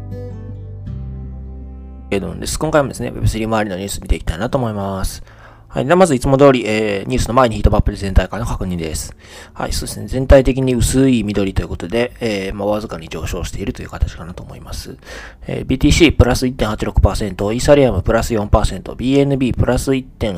です。今回もですね、Web3 周りのニュース見ていきたいなと思います。はい。ではまずいつも通り、ニュースの前にヒートマップで全体感の確認です。はい。そうですね。全体的に薄い緑ということで、わずかに上昇しているという形かなと思います。BTC プラス 1.86%、イーサリアムプラス 4%、BNB プラス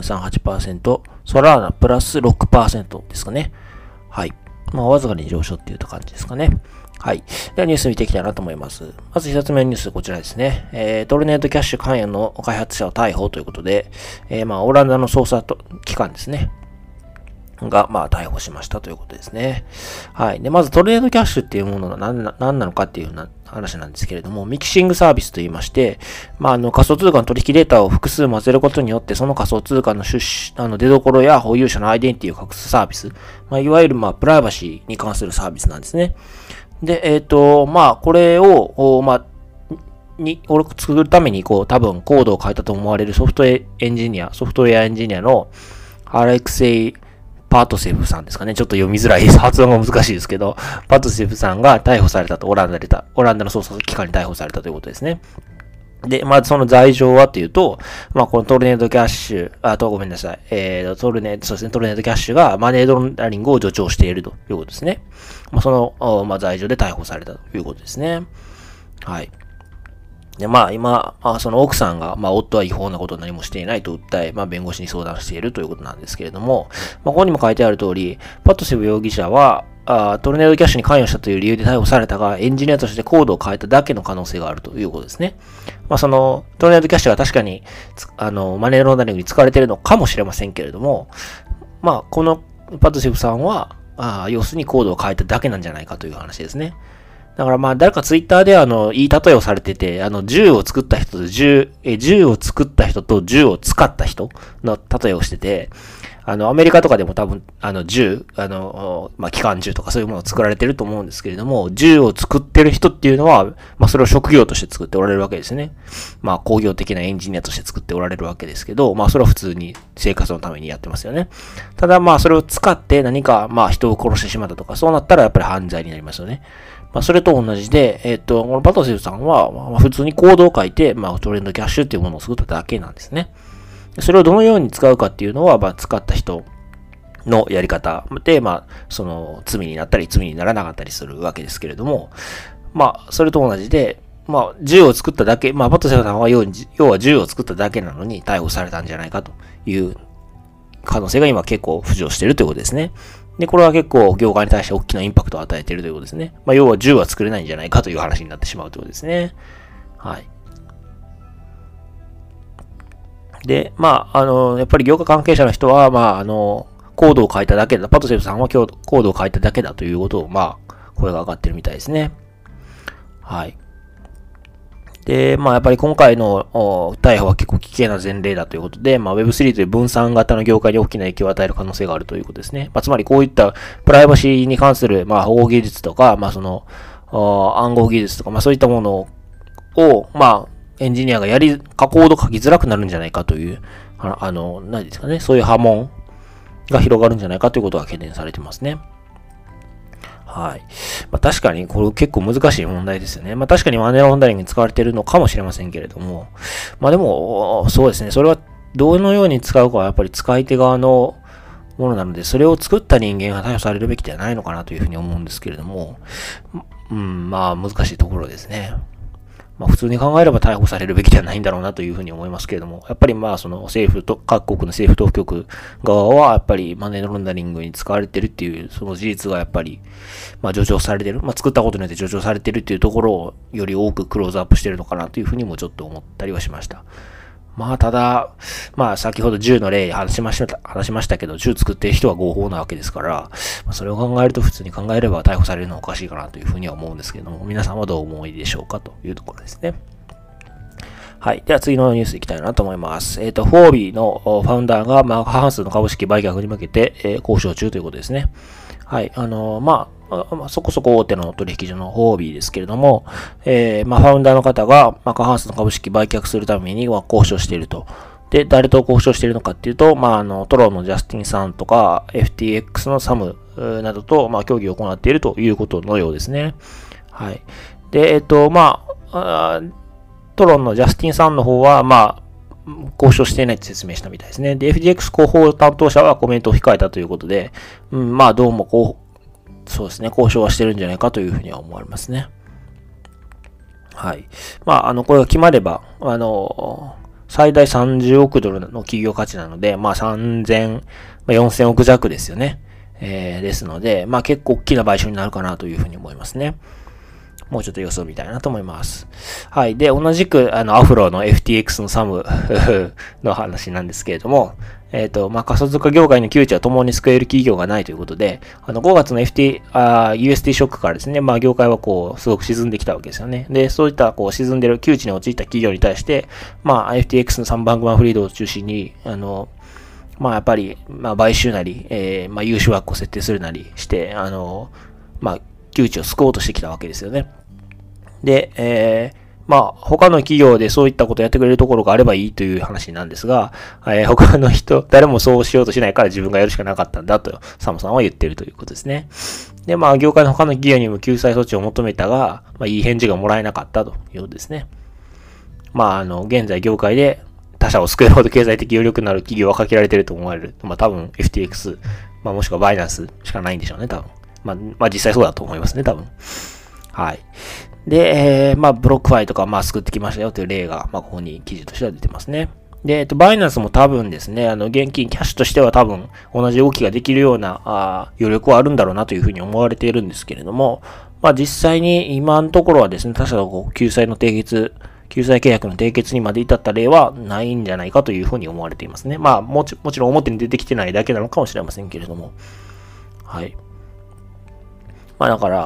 1.38%、ソラーナプラス 6% ですかね。はい。わずかに上昇っていう感じですかね。はい。ではニュース見ていきたいなと思います。まず一つ目のニュース、こちらですね。トルネードキャッシュ関与の開発者を逮捕ということで、オランダの捜査機関ですね。が、逮捕しましたということですね。はい。で、まずトルネードキャッシュっていうものが何なのかっていう話なんですけれども、ミキシングサービスと言いまして、仮想通貨の取引データを複数混ぜることによって、その仮想通貨の出所や保有者のアイデンティティを隠すサービス。いわゆる、プライバシーに関するサービスなんですね。で、これを、作るために、多分コードを変えたと思われるソフトウェアエンジニアのアレクセイ・パートセフさんですかね。ちょっと読みづらいです。発音が難しいですけど、パートセフさんが逮捕されたと、オランダの捜査機関に逮捕されたということですね。で、その罪状はというと、このトルネードキャッシュ、ごめんなさい。トルネードキャッシュがマネーロンダリングを助長しているということですね。その、罪状で逮捕されたということですね。はい。で、今、その奥さんが、夫は違法なことを何もしていないと訴え、弁護士に相談しているということなんですけれども、ここにも書いてある通り、パトセブ容疑者は、トルネードキャッシュに関与したという理由で逮捕されたが、エンジニアとしてコードを変えただけの可能性があるということですね。その、トルネードキャッシュが確かに、マネーロンダリングに使われているのかもしれませんけれども、このパトセブさんは、要するにコードを変えただけなんじゃないかという話ですね。だから誰かツイッターでいい例えをされてて、銃を作った人と銃を使った人の例えをしてて、アメリカとかでも多分、機関銃とかそういうものを作られてると思うんですけれども、銃を作ってる人っていうのは、それを職業として作っておられるわけですね。工業的なエンジニアとして作っておられるわけですけど、それは普通に生活のためにやってますよね。ただそれを使って何か、人を殺してしまったとか、そうなったらやっぱり犯罪になりますよね。それと同じで、このパトセフさんは、普通にコードを書いて、トレンドキャッシュっていうものを作っただけなんですね。それをどのように使うかっていうのは、使った人のやり方で、その罪になったり罪にならなかったりするわけですけれども、それと同じで、銃を作っただけ、パトセフさんは要は銃を作っただけなのに逮捕されたんじゃないかという可能性が今結構浮上しているということですね。で、これは結構業界に対して大きなインパクトを与えているということですね。要は銃は作れないんじゃないかという話になってしまうということですね。はい。で、やっぱり業界関係者の人は、コードを書いただけだ。パトセフさんはコードを書いただけだということを、声が上がってるみたいですね。はい。で、やっぱり今回の逮捕は結構危険な前例だということで、Web3 という分散型の業界に大きな影響を与える可能性があるということですね。つまりこういったプライバシーに関する、保護技術とか、暗号技術とか、そういったものを、エンジニアがコード書きづらくなるんじゃないかという、何ですかね、そういう波紋が広がるんじゃないかということが懸念されてますね。はい。確かにこれ結構難しい問題ですよね。確かにマネーロンダリングに使われているのかもしれませんけれども、でも、そうですね、それはどのように使うかはやっぱり使い手側のものなので、それを作った人間が逮捕されるべきではないのかなというふうに思うんですけれども、難しいところですね。普通に考えれば逮捕されるべきではないんだろうなというふうに思いますけれども、やっぱりその各国の政府当局側はやっぱりマネーロンダリングに使われているっていうその事実がやっぱり、助長されている、作ったことによって助長されているっていうところをより多くクローズアップしているのかなというふうにもちょっと思ったりはしました。ただ、先ほど銃の例話しましたけど、銃作ってる人は合法なわけですから、それを考えると普通に考えれば逮捕されるのはおかしいかなというふうには思うんですけれども、皆さんはどう思いでしょうかというところですね。はい。では次のニュースいきたいなと思います。フォービーのファウンダーが、過半数の株式売却に向けて、交渉中ということですね。はい。そこそこ大手の取引所のフォービーですけれども、ファウンダーの方が、過半数の株式売却するために交渉していると。で、誰と交渉しているのかっていうと、トロのジャスティンさんとか、FTX のサムなどと、協議を行っているということのようですね。はい。で、 トロンのジャスティンさんの方は、交渉していないと説明したみたいですね。で、FTX 広報担当者はコメントを控えたということで、どうもそうですね、交渉はしてるんじゃないかというふうには思われますね。はい。これが決まれば、最大30億ドルの企業価値なので、4000億弱ですよね。ですので、結構大きな買収になるかなというふうに思いますね。もうちょっと予想みたいなと思います。はい。で、同じく、アフロの FTX のサムの話なんですけれども、仮想通貨業界の窮地は共に救える企業がないということで、5月のUSD ショックからですね、業界はすごく沈んできたわけですよね。で、そういった沈んでる窮地に陥った企業に対して、FTX のサム・バンクマンフリードを中心に、やっぱり、買収なり、融資枠を設定するなりして、窮地を救おうとしてきたわけですよね。で、他の企業でそういったことをやってくれるところがあればいいという話なんですが、他の人、誰もそうしようとしないから自分がやるしかなかったんだと、サムさんは言っているということですね。で、業界の他の企業にも救済措置を求めたが、いい返事がもらえなかったということですね。現在業界で他社を救えるほど経済的余力のある企業は限られていると思われる。多分 FTX、もしくはバイナンスしかないんでしょうね、多分。実際そうだと思いますね、多分。はい。で、ブロックファイとか、救ってきましたよという例が、ここに記事としては出てますね。で、バイナンスも多分ですね、現金、キャッシュとしては多分、同じ動きができるような、余力はあるんだろうなというふうに思われているんですけれども、実際に今のところはですね、他社の救済契約の締結にまで至った例はないんじゃないかというふうに思われていますね。もちろん表に出てきてないだけなのかもしれませんけれども。はい。だから、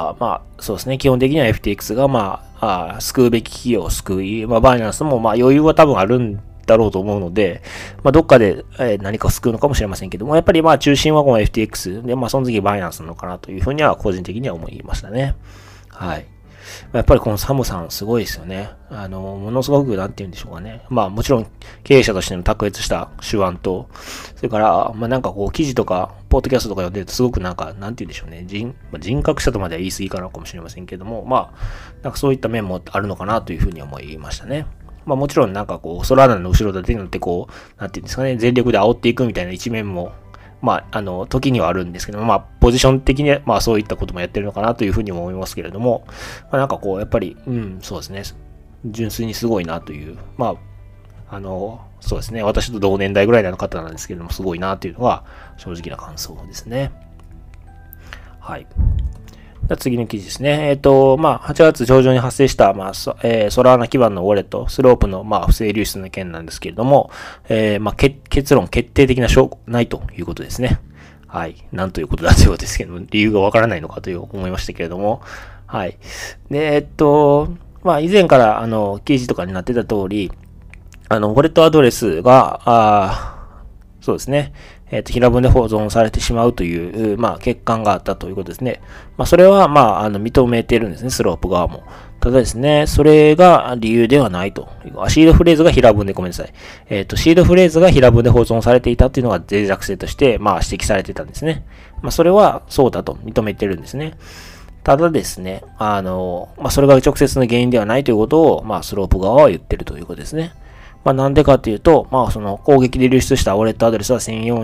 そうですね。基本的には FTX が、救うべき企業を救い、バイナンスも、余裕は多分あるんだろうと思うので、どっかで、何かを救うのかもしれませんけども、やっぱり中心はこの FTX で、その次バイナンスなのかなというふうには、個人的には思いましたね。はい。やっぱりこのサムさんすごいですよね。ものすごく、なんて言うんでしょうかね。もちろん経営者としての卓越した手腕と、それから、記事とか、ポッドキャストとか読んでるとすごくなんて言うんでしょうね。人格者とまでは言い過ぎかなかもしれませんけども、そういった面もあるのかなというふうに思いましたね。もちろんソラーナの後ろ盾になってなんて言うんですかね、全力で煽っていくみたいな一面も、時にはあるんですけども、ポジション的には、そういったこともやってるのかなというふうにも思いますけれども、やっぱり、そうですね、純粋にすごいなという、そうですね、私と同年代ぐらいの方なんですけれども、すごいなというのが正直な感想ですね。はい。次の記事ですね。8月上旬に発生した、ソラーナ基盤のウォレット、スロープの、不正流出の件なんですけれども、結論、決定的な証拠ないということですね。はい。なんということだということですけども、理由がわからないのかという思いましたけれども、はい。で、以前から、記事とかになってた通り、ウォレットアドレスが、そうですね。平文で保存されてしまうという、欠陥があったということですね。それは、認めているんですね、スロープ側も。ただですね、それが理由ではないと。シードフレーズが平文でごめんなさい。シードフレーズが平文で保存されていたというのが脆弱性として、指摘されてたんですね。それはそうだと認めてるんですね。ただですね、それが直接の原因ではないということを、スロープ側は言ってるということですね。なんでかというと、その攻撃で流出したウォレットアドレスは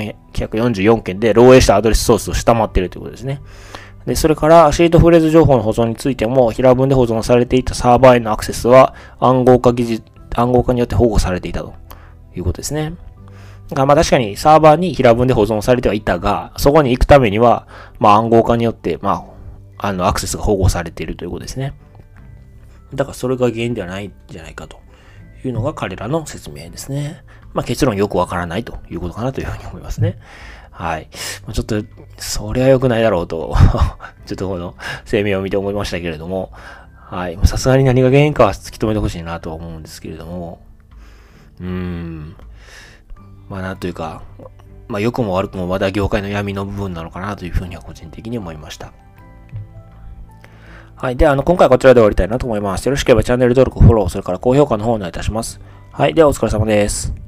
1444件で、漏洩したアドレスソースを下回っているということですね。で、それから、シードフレーズ情報の保存についても、平文で保存されていたサーバーへのアクセスは暗号化によって保護されていたということですね。確かにサーバーに平文で保存されてはいたが、そこに行くためには、暗号化によって、アクセスが保護されているということですね。だからそれが原因ではないんじゃないかというのが彼らの説明ですね。結論よくわからないということかなというふうに思いますね。はい。ちょっと、それは良くないだろうと、ちょっとこの声明を見て思いましたけれども、はい。さすがに何が原因かは突き止めてほしいなとは思うんですけれども、なんというか、良くも悪くもまだ業界の闇の部分なのかなというふうには個人的に思いました。はい。で、今回はこちらで終わりたいなと思います。よろしければチャンネル登録、フォロー、それから高評価の方をお願いいたします。はい。ではお疲れ様です。